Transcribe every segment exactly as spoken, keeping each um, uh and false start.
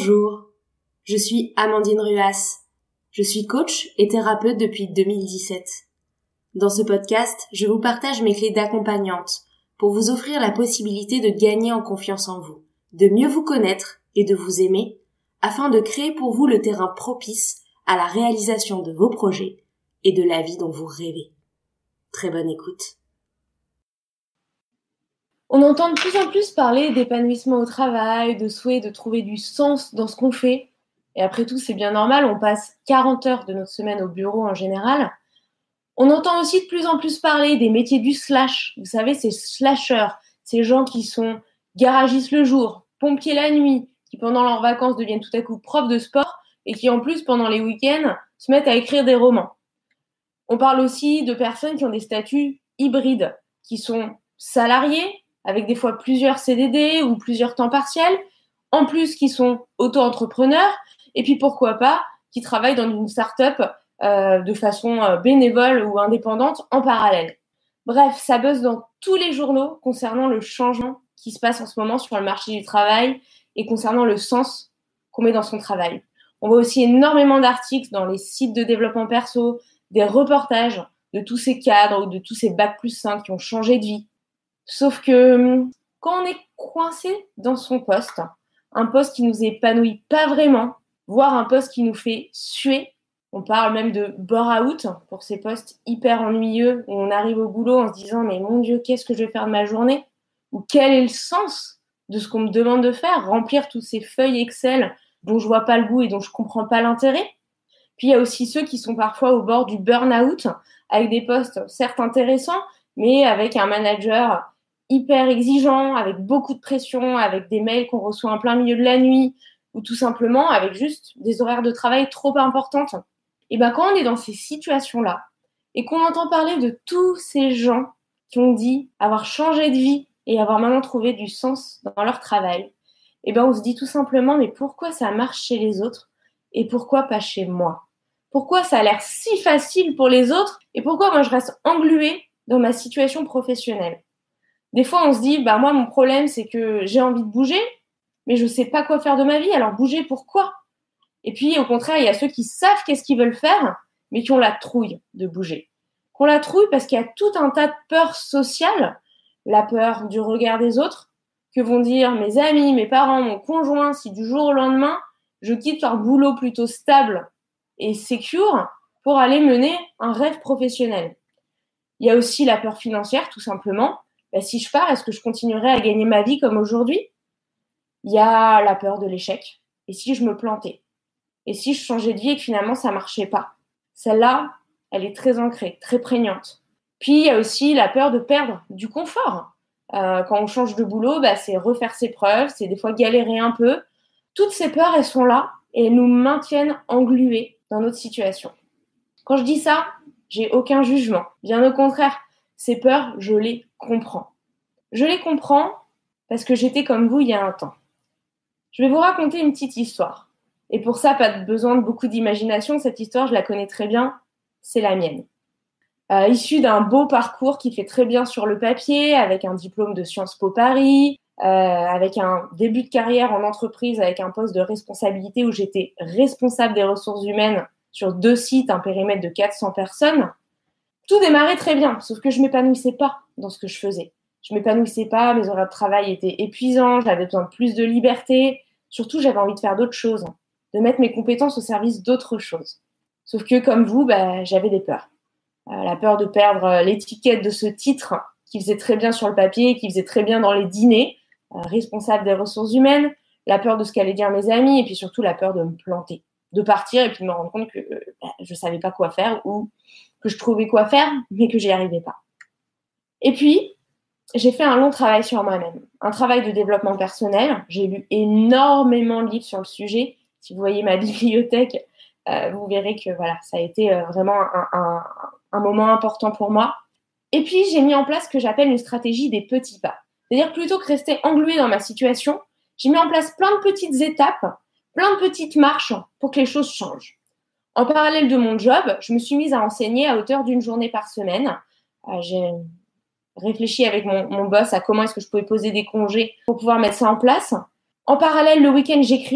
Bonjour, je suis Amandine Ruas. Je suis coach et thérapeute depuis deux mille dix-sept. Dans ce podcast, je vous partage mes clés d'accompagnante pour vous offrir la possibilité de gagner en confiance en vous, de mieux vous connaître et de vous aimer, afin de créer pour vous le terrain propice à la réalisation de vos projets et de la vie dont vous rêvez. Très bonne écoute. On entend de plus en plus parler d'épanouissement au travail, de souhait de trouver du sens dans ce qu'on fait. Et après tout, c'est bien normal, on passe quarante heures de notre semaine au bureau en général. On entend aussi de plus en plus parler des métiers du slash. Vous savez, ces slasheurs, ces gens qui sont garagistes le jour, pompiers la nuit, qui pendant leurs vacances deviennent tout à coup profs de sport et qui en plus, pendant les week-ends, se mettent à écrire des romans. On parle aussi de personnes qui ont des statuts hybrides, qui sont salariés, avec des fois plusieurs C D D ou plusieurs temps partiels, en plus qui sont auto-entrepreneurs, et puis pourquoi pas, qui travaillent dans une start-up euh, de façon euh, bénévole ou indépendante en parallèle. Bref, ça buzz dans tous les journaux concernant le changement qui se passe en ce moment sur le marché du travail et concernant le sens qu'on met dans son travail. On voit aussi énormément d'articles dans les sites de développement perso, des reportages de tous ces cadres ou de tous ces bac plus cinq qui ont changé de vie. Sauf que quand on est coincé dans son poste, un poste qui nous épanouit pas vraiment, voire un poste qui nous fait suer, on parle même de bore-out pour ces postes hyper ennuyeux où on arrive au boulot en se disant « mais mon Dieu, qu'est-ce que je vais faire de ma journée ?» ou « quel est le sens de ce qu'on me demande de faire ?» Remplir toutes ces feuilles Excel dont je vois pas le bout et dont je comprends pas l'intérêt. Puis il y a aussi ceux qui sont parfois au bord du burn-out avec des postes certes intéressants, mais avec un manager hyper exigeant, avec beaucoup de pression, avec des mails qu'on reçoit en plein milieu de la nuit, ou tout simplement avec juste des horaires de travail trop importantes. Et ben quand on est dans ces situations-là, et qu'on entend parler de tous ces gens qui ont dit avoir changé de vie et avoir maintenant trouvé du sens dans leur travail, et ben on se dit tout simplement, mais pourquoi ça marche chez les autres et pourquoi pas chez moi? Pourquoi ça a l'air si facile pour les autres et pourquoi moi je reste engluée dans ma situation professionnelle? Des fois, on se dit, bah moi, mon problème, c'est que j'ai envie de bouger, mais je sais pas quoi faire de ma vie. Alors, bouger, pourquoi? Et puis, au contraire, il y a ceux qui savent qu'est-ce qu'ils veulent faire, mais qui ont la trouille de bouger. Qui ont la trouille parce qu'il y a tout un tas de peurs sociales, la peur du regard des autres, que vont dire mes amis, mes parents, mon conjoint, si du jour au lendemain, je quitte leur boulot plutôt stable et secure pour aller mener un rêve professionnel. Il y a aussi la peur financière, tout simplement. Ben, si je pars, est-ce que je continuerai à gagner ma vie comme aujourd'hui? Il y a la peur de l'échec. Et si je me plantais? Et si je changeais de vie et que finalement ça marchait pas? Celle-là, elle est très ancrée, très prégnante. Puis il y a aussi la peur de perdre du confort. Euh, quand on change de boulot, ben, c'est refaire ses preuves, c'est des fois galérer un peu. Toutes ces peurs, elles sont là et elles nous maintiennent englués dans notre situation. Quand je dis ça, j'ai aucun jugement. Bien au contraire, ces peurs, je les comprends. Je les comprends parce que j'étais comme vous il y a un temps. Je vais vous raconter une petite histoire. Et pour ça, pas besoin de beaucoup d'imagination. Cette histoire, je la connais très bien. C'est la mienne. Euh, issue d'un beau parcours qui fait très bien sur le papier, avec un diplôme de Sciences Po Paris, euh, avec un début de carrière en entreprise, avec un poste de responsabilité où j'étais responsable des ressources humaines sur deux sites, un périmètre de quatre cents personnes. Tout démarrait très bien, sauf que je m'épanouissais pas dans ce que je faisais. Je m'épanouissais pas, mes horaires de travail étaient épuisants, j'avais besoin de plus de liberté. Surtout, j'avais envie de faire d'autres choses, de mettre mes compétences au service d'autres choses. Sauf que, comme vous, bah, j'avais des peurs. Euh, la peur de perdre l'étiquette de ce titre qui faisait très bien sur le papier, qui faisait très bien dans les dîners, euh, responsable des ressources humaines, la peur de ce qu'allaient dire mes amis, et puis surtout la peur de me planter, de partir et puis de me rendre compte que euh, bah, je savais pas quoi faire ou que je trouvais quoi faire, mais que j'y arrivais pas. Et puis, j'ai fait un long travail sur moi-même, un travail de développement personnel. J'ai lu énormément de livres sur le sujet. Si vous voyez ma bibliothèque, euh, vous verrez que voilà, ça a été euh, vraiment un, un, un moment important pour moi. Et puis, j'ai mis en place ce que j'appelle une stratégie des petits pas. C'est-à-dire, plutôt que rester engluée dans ma situation, j'ai mis en place plein de petites étapes, plein de petites marches pour que les choses changent. En parallèle de mon job, je me suis mise à enseigner à hauteur d'une journée par semaine. Euh, j'ai réfléchi avec mon, mon boss à comment est-ce que je pouvais poser des congés pour pouvoir mettre ça en place. En parallèle, le week-end, j'écrivais.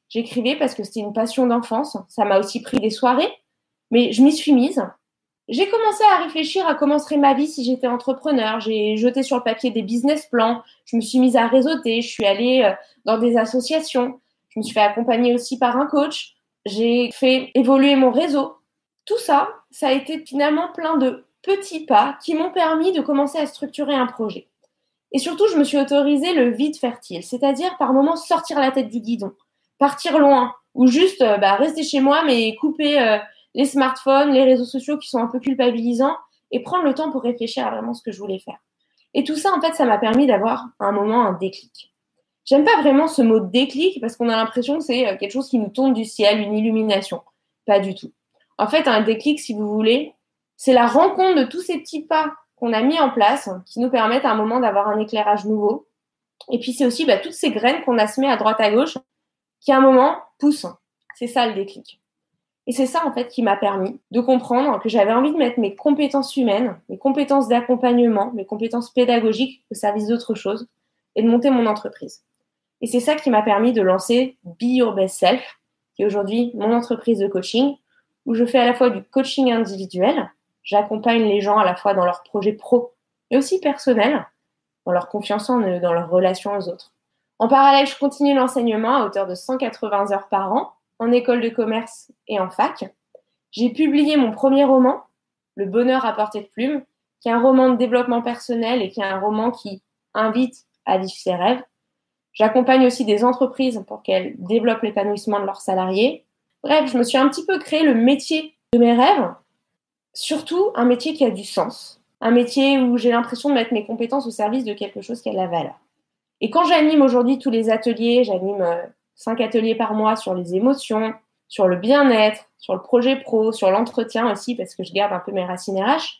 J'écrivais parce que c'était une passion d'enfance. Ça m'a aussi pris des soirées, mais je m'y suis mise. J'ai commencé à réfléchir à comment serait ma vie si j'étais entrepreneur. J'ai jeté sur le papier des business plans. Je me suis mise à réseauter. Je suis allée dans des associations. Je me suis fait accompagner aussi par un coach. J'ai fait évoluer mon réseau. Tout ça, ça a été finalement plein de petits pas qui m'ont permis de commencer à structurer un projet. Et surtout, je me suis autorisé le vide fertile, c'est-à-dire par moments sortir la tête du guidon, partir loin, ou juste euh, bah, rester chez moi, mais couper euh, les smartphones, les réseaux sociaux qui sont un peu culpabilisants, et prendre le temps pour réfléchir à vraiment ce que je voulais faire. Et tout ça, en fait, ça m'a permis d'avoir à un moment un déclic. J'aime pas vraiment ce mot déclic parce qu'on a l'impression que c'est quelque chose qui nous tombe du ciel, une illumination. Pas du tout. En fait, un déclic, si vous voulez, c'est la rencontre de tous ces petits pas qu'on a mis en place qui nous permettent à un moment d'avoir un éclairage nouveau. Et puis, c'est aussi bah, toutes ces graines qu'on a semées à droite à gauche qui, à un moment, poussent. C'est ça le déclic. Et c'est ça, en fait, qui m'a permis de comprendre que j'avais envie de mettre mes compétences humaines, mes compétences d'accompagnement, mes compétences pédagogiques au service d'autre chose et de monter mon entreprise. Et c'est ça qui m'a permis de lancer Be Your Best Self, qui est aujourd'hui mon entreprise de coaching, où je fais à la fois du coaching individuel, j'accompagne les gens à la fois dans leurs projets pro, mais aussi personnels, dans leur confiance en eux, dans leur relation aux autres. En parallèle, je continue l'enseignement à hauteur de cent quatre-vingts heures par an, en école de commerce et en fac. J'ai publié mon premier roman, Le bonheur à portée de plume, qui est un roman de développement personnel et qui est un roman qui invite à vivre ses rêves. J'accompagne aussi des entreprises pour qu'elles développent l'épanouissement de leurs salariés. Bref, je me suis un petit peu créé le métier de mes rêves, surtout un métier qui a du sens, un métier où j'ai l'impression de mettre mes compétences au service de quelque chose qui a de la valeur. Et quand j'anime aujourd'hui tous les ateliers, j'anime euh, cinq ateliers par mois sur les émotions, sur le bien-être, sur le projet pro, sur l'entretien aussi, parce que je garde un peu mes racines R H.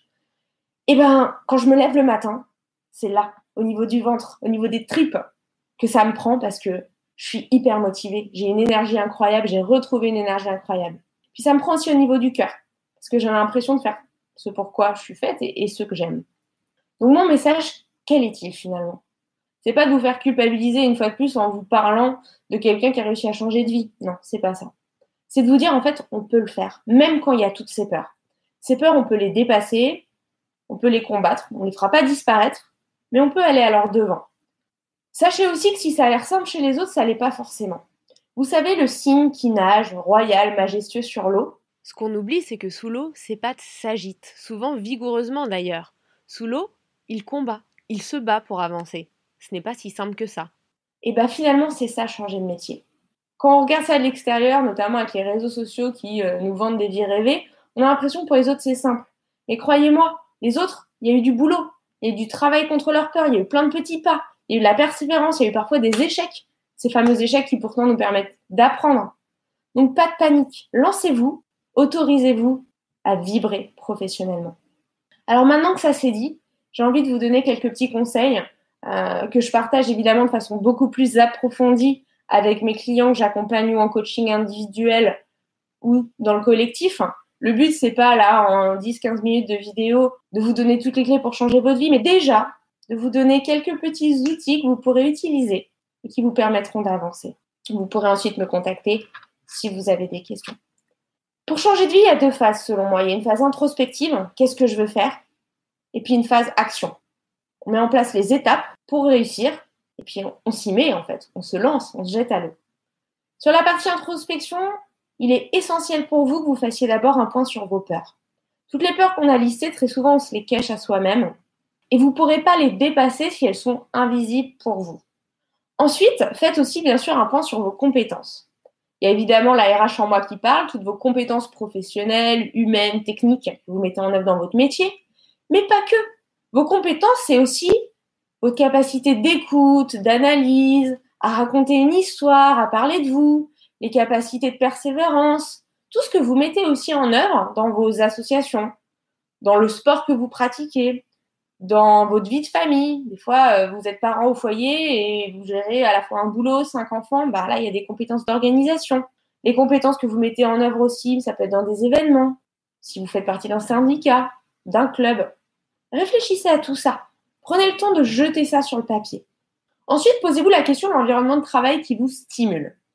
Et ben, quand je me lève le matin, c'est là, au niveau du ventre, au niveau des tripes, que ça me prend parce que je suis hyper motivée. J'ai une énergie incroyable, j'ai retrouvé une énergie incroyable. Puis ça me prend aussi au niveau du cœur, parce que j'ai l'impression de faire ce pourquoi je suis faite et, et ce que j'aime. Donc mon message, quel est-il finalement ? C'est pas de vous faire culpabiliser une fois de plus en vous parlant de quelqu'un qui a réussi à changer de vie. Non, c'est pas ça. C'est de vous dire, en fait, on peut le faire, même quand il y a toutes ces peurs. Ces peurs, on peut les dépasser, on peut les combattre, on ne les fera pas disparaître, mais on peut aller à leur devant. Sachez aussi que si ça a l'air simple chez les autres, ça l'est pas forcément. Vous savez, le cygne qui nage, royal, majestueux sur l'eau. Ce qu'on oublie, c'est que sous l'eau, ses pattes s'agitent, souvent vigoureusement d'ailleurs. Sous l'eau, il combat, il se bat pour avancer. Ce n'est pas si simple que ça. Et bien finalement, c'est ça, changer de métier. Quand on regarde ça de l'extérieur, notamment avec les réseaux sociaux qui euh, nous vendent des vies rêvées, on a l'impression que pour les autres, c'est simple. Mais croyez-moi, les autres, il y a eu du boulot, il y a eu du travail contre leur peur, il y a eu plein de petits pas, il y a eu de la persévérance, il y a eu parfois des échecs. Ces fameux échecs qui pourtant nous permettent d'apprendre. Donc pas de panique, lancez-vous, autorisez-vous à vibrer professionnellement. Alors maintenant que ça c'est dit, j'ai envie de vous donner quelques petits conseils euh, que je partage évidemment de façon beaucoup plus approfondie avec mes clients que j'accompagne ou en coaching individuel ou dans le collectif. Le but, c'est pas là, en dix à quinze minutes de vidéo, de vous donner toutes les clés pour changer votre vie, mais déjà, de vous donner quelques petits outils que vous pourrez utiliser et qui vous permettront d'avancer. Vous pourrez ensuite me contacter si vous avez des questions. Pour changer de vie, il y a deux phases selon moi. Il y a une phase introspective, qu'est-ce que je veux faire ? Et puis une phase action. On met en place les étapes pour réussir et puis on, on s'y met en fait. On se lance, on se jette à l'eau. Sur la partie introspection, il est essentiel pour vous que vous fassiez d'abord un point sur vos peurs. Toutes les peurs qu'on a listées, très souvent on se les cache à soi-même et vous ne pourrez pas les dépasser si elles sont invisibles pour vous. Ensuite, faites aussi bien sûr un point sur vos compétences. Il y a évidemment la R H en moi qui parle, toutes vos compétences professionnelles, humaines, techniques que vous mettez en œuvre dans votre métier, mais pas que. Vos compétences, c'est aussi votre capacité d'écoute, d'analyse, à raconter une histoire, à parler de vous, les capacités de persévérance, tout ce que vous mettez aussi en œuvre dans vos associations, dans le sport que vous pratiquez, dans votre vie de famille. Des fois, vous êtes parent au foyer et vous gérez à la fois un boulot, cinq enfants, bah là, il y a des compétences d'organisation. Les compétences que vous mettez en œuvre aussi, ça peut être dans des événements, si vous faites partie d'un syndicat, d'un club. Réfléchissez à tout ça. Prenez le temps de jeter ça sur le papier. Ensuite, posez-vous la question de l'environnement de travail qui vous stimule.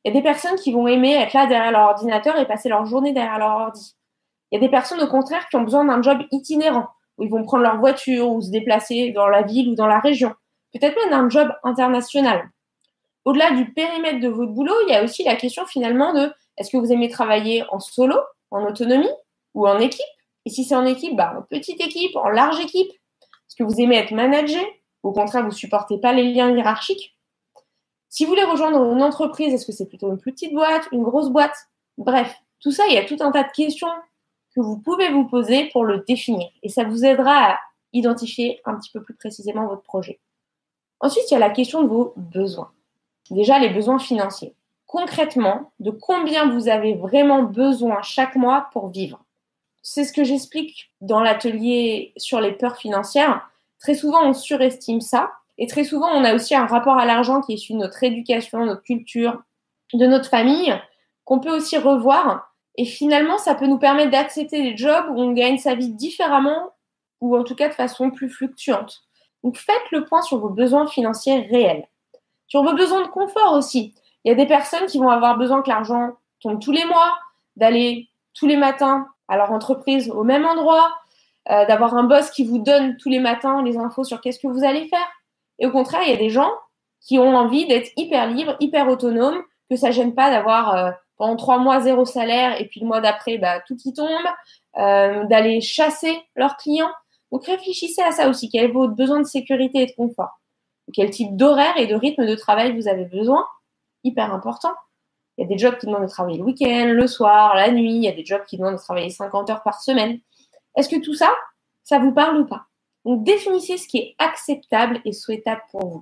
Il y a des personnes qui vont aimer être là derrière leur ordinateur et passer leur journée derrière leur ordi. Il y a des personnes, au contraire, qui ont besoin d'un job itinérant, où ils vont prendre leur voiture ou se déplacer dans la ville ou dans la région. Peut-être même d'un job international. Au-delà du périmètre de votre boulot, il y a aussi la question finalement de est-ce que vous aimez travailler en solo, en autonomie ou en équipe? Et si c'est en équipe, bah, en petite équipe, en large équipe. Est-ce que vous aimez être managé? Au contraire, vous ne supportez pas les liens hiérarchiques? Si vous voulez rejoindre une entreprise, est-ce que c'est plutôt une plus petite boîte, une grosse boîte? Bref, tout ça, il y a tout un tas de questions que vous pouvez vous poser pour le définir. Et ça vous aidera à identifier un petit peu plus précisément votre projet. Ensuite, il y a la question de vos besoins. Déjà, les besoins financiers. Concrètement, de combien vous avez vraiment besoin chaque mois pour vivre? C'est ce que j'explique dans l'atelier sur les peurs financières. Très souvent, on surestime ça. Et très souvent, on a aussi un rapport à l'argent qui est issu de notre éducation, notre culture, de notre famille, qu'on peut aussi revoir. Et finalement, ça peut nous permettre d'accepter des jobs où on gagne sa vie différemment ou en tout cas de façon plus fluctuante. Donc, faites le point sur vos besoins financiers réels. Sur vos besoins de confort aussi. Il y a des personnes qui vont avoir besoin que l'argent tombe tous les mois, d'aller tous les matins à leur entreprise au même endroit, euh, d'avoir un boss qui vous donne tous les matins les infos sur qu'est-ce que vous allez faire. Et au contraire, il y a des gens qui ont envie d'être hyper libres, hyper autonomes, que ça gêne pas d'avoir euh, pendant trois mois zéro salaire et puis le mois d'après, bah, tout qui tombe, euh, d'aller chasser leurs clients. Donc réfléchissez à ça aussi. Quel est votre besoin de sécurité et de confort? Quel type d'horaire et de rythme de travail vous avez besoin? Hyper important. Il y a des jobs qui demandent de travailler le week-end, le soir, la nuit. Il y a des jobs qui demandent de travailler cinquante heures par semaine. Est-ce que tout ça, ça vous parle ou pas? Donc, définissez ce qui est acceptable et souhaitable pour vous.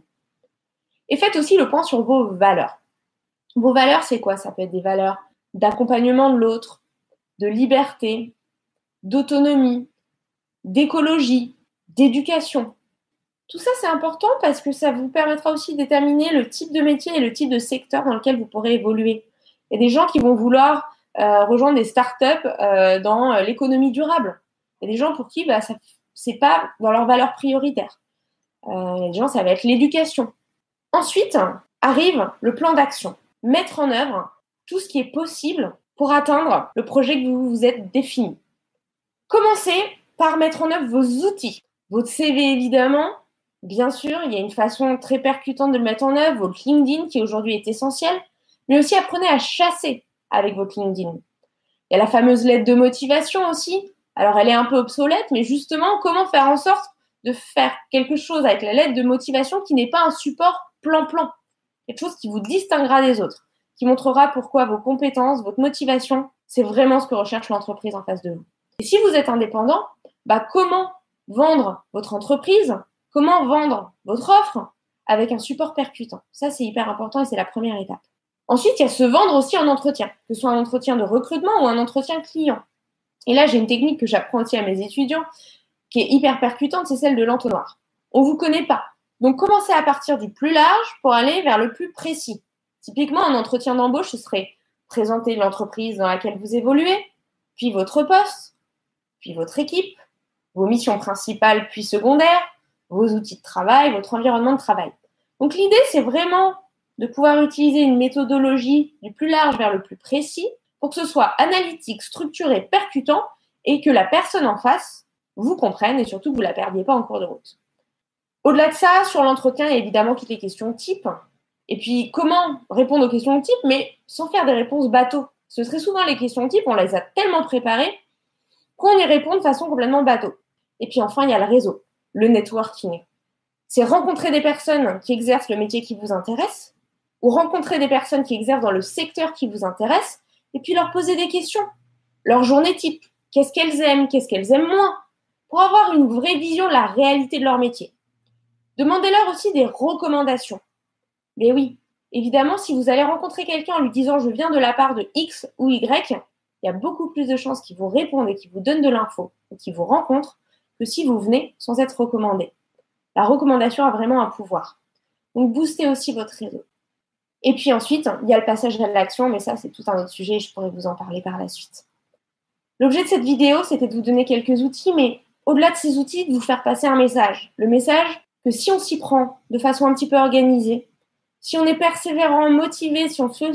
Et faites aussi le point sur vos valeurs. Vos valeurs, c'est quoi? Ça peut être des valeurs d'accompagnement de l'autre, de liberté, d'autonomie, d'écologie, d'éducation. Tout ça, c'est important parce que ça vous permettra aussi de déterminer le type de métier et le type de secteur dans lequel vous pourrez évoluer. Il y a des gens qui vont vouloir euh, rejoindre des startups euh, dans euh, l'économie durable. Il y a des gens pour qui bah, ça c'est pas dans leurs valeurs prioritaires. Euh, il y a des gens, ça va être l'éducation. Ensuite, arrive le plan d'action. Mettre en œuvre tout ce qui est possible pour atteindre le projet que vous vous êtes défini. Commencez par mettre en œuvre vos outils. Votre C V, évidemment. Bien sûr, il y a une façon très percutante de le mettre en œuvre. Votre LinkedIn, qui aujourd'hui est essentiel. Mais aussi, apprenez à chasser avec votre LinkedIn. Il y a la fameuse lettre de motivation aussi. Alors, elle est un peu obsolète, mais justement, comment faire en sorte de faire quelque chose avec la lettre de motivation qui n'est pas un support plan-plan. Quelque chose qui vous distinguera des autres, qui montrera pourquoi vos compétences, votre motivation, c'est vraiment ce que recherche l'entreprise en face de vous. Et si vous êtes indépendant, bah comment vendre votre entreprise, comment vendre votre offre avec un support percutant. Ça, c'est hyper important et c'est la première étape. Ensuite, il y a se vendre aussi en entretien, que ce soit un entretien de recrutement ou un entretien client. Et là, j'ai une technique que j'apprends aussi à mes étudiants qui est hyper percutante, c'est celle de l'entonnoir. On ne vous connaît pas. Donc, commencez à partir du plus large pour aller vers le plus précis. Typiquement, un entretien d'embauche, ce serait présenter l'entreprise dans laquelle vous évoluez, puis votre poste, puis votre équipe, vos missions principales puis secondaires, vos outils de travail, votre environnement de travail. Donc, l'idée, c'est vraiment de pouvoir utiliser une méthodologie du plus large vers le plus précis pour que ce soit analytique, structuré, percutant et que la personne en face vous comprenne et surtout que vous ne la perdiez pas en cours de route. Au-delà de ça, sur l'entretien, il y a évidemment toutes les questions types. Et puis, comment répondre aux questions types, mais sans faire des réponses bateau. Ce serait souvent les questions types, on les a tellement préparées qu'on y répond de façon complètement bateau. Et puis enfin, il y a le réseau, le networking. C'est rencontrer des personnes qui exercent le métier qui vous intéresse ou rencontrer des personnes qui exercent dans le secteur qui vous intéresse et puis leur poser des questions. Leur journée type, qu'est-ce qu'elles aiment, qu'est-ce qu'elles aiment moins, pour avoir une vraie vision de la réalité de leur métier. Demandez-leur aussi des recommandations. Mais oui, évidemment, si vous allez rencontrer quelqu'un en lui disant « je viens de la part de X ou Y », il y a beaucoup plus de chances qu'il vous réponde et qu'il vous donne de l'info et qu'il vous rencontre que si vous venez sans être recommandé. La recommandation a vraiment un pouvoir. Donc, boostez aussi votre réseau. Et puis ensuite, il y a le passage à l'action, mais ça, c'est tout un autre sujet et je pourrais vous en parler par la suite. L'objet de cette vidéo, c'était de vous donner quelques outils, mais au-delà de ces outils, de vous faire passer un message. Le message que si on s'y prend de façon un petit peu organisée, si on est persévérant, motivé, si on fait aussi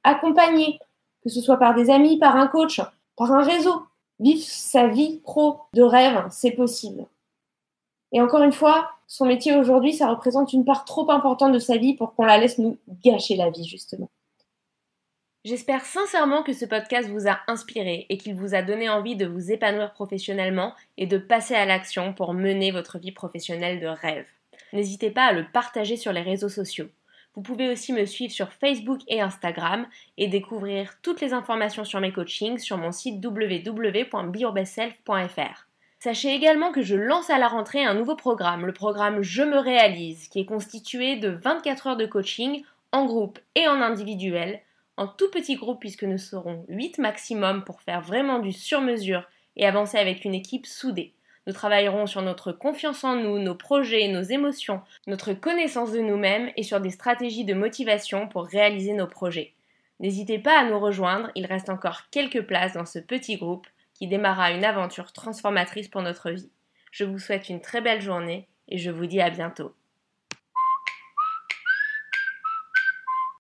accompagné, que ce soit par des amis, par un coach, par un réseau. Vivre sa vie pro de rêve, c'est possible. Et encore une fois, son métier aujourd'hui, ça représente une part trop importante de sa vie pour qu'on la laisse nous gâcher la vie, justement. J'espère sincèrement que ce podcast vous a inspiré et qu'il vous a donné envie de vous épanouir professionnellement et de passer à l'action pour mener votre vie professionnelle de rêve. N'hésitez pas à le partager sur les réseaux sociaux. Vous pouvez aussi me suivre sur Facebook et Instagram et découvrir toutes les informations sur mes coachings sur mon site w w w point be your best self point f r. Sachez également que je lance à la rentrée un nouveau programme, le programme Je me réalise, qui est constitué de vingt-quatre heures de coaching en groupe et en individuel, en tout petit groupe puisque nous serons huit maximum pour faire vraiment du sur-mesure et avancer avec une équipe soudée. Nous travaillerons sur notre confiance en nous, nos projets, nos émotions, notre connaissance de nous-mêmes et sur des stratégies de motivation pour réaliser nos projets. N'hésitez pas à nous rejoindre, il reste encore quelques places dans ce petit groupe qui démarrera une aventure transformatrice pour notre vie. Je vous souhaite une très belle journée et je vous dis à bientôt.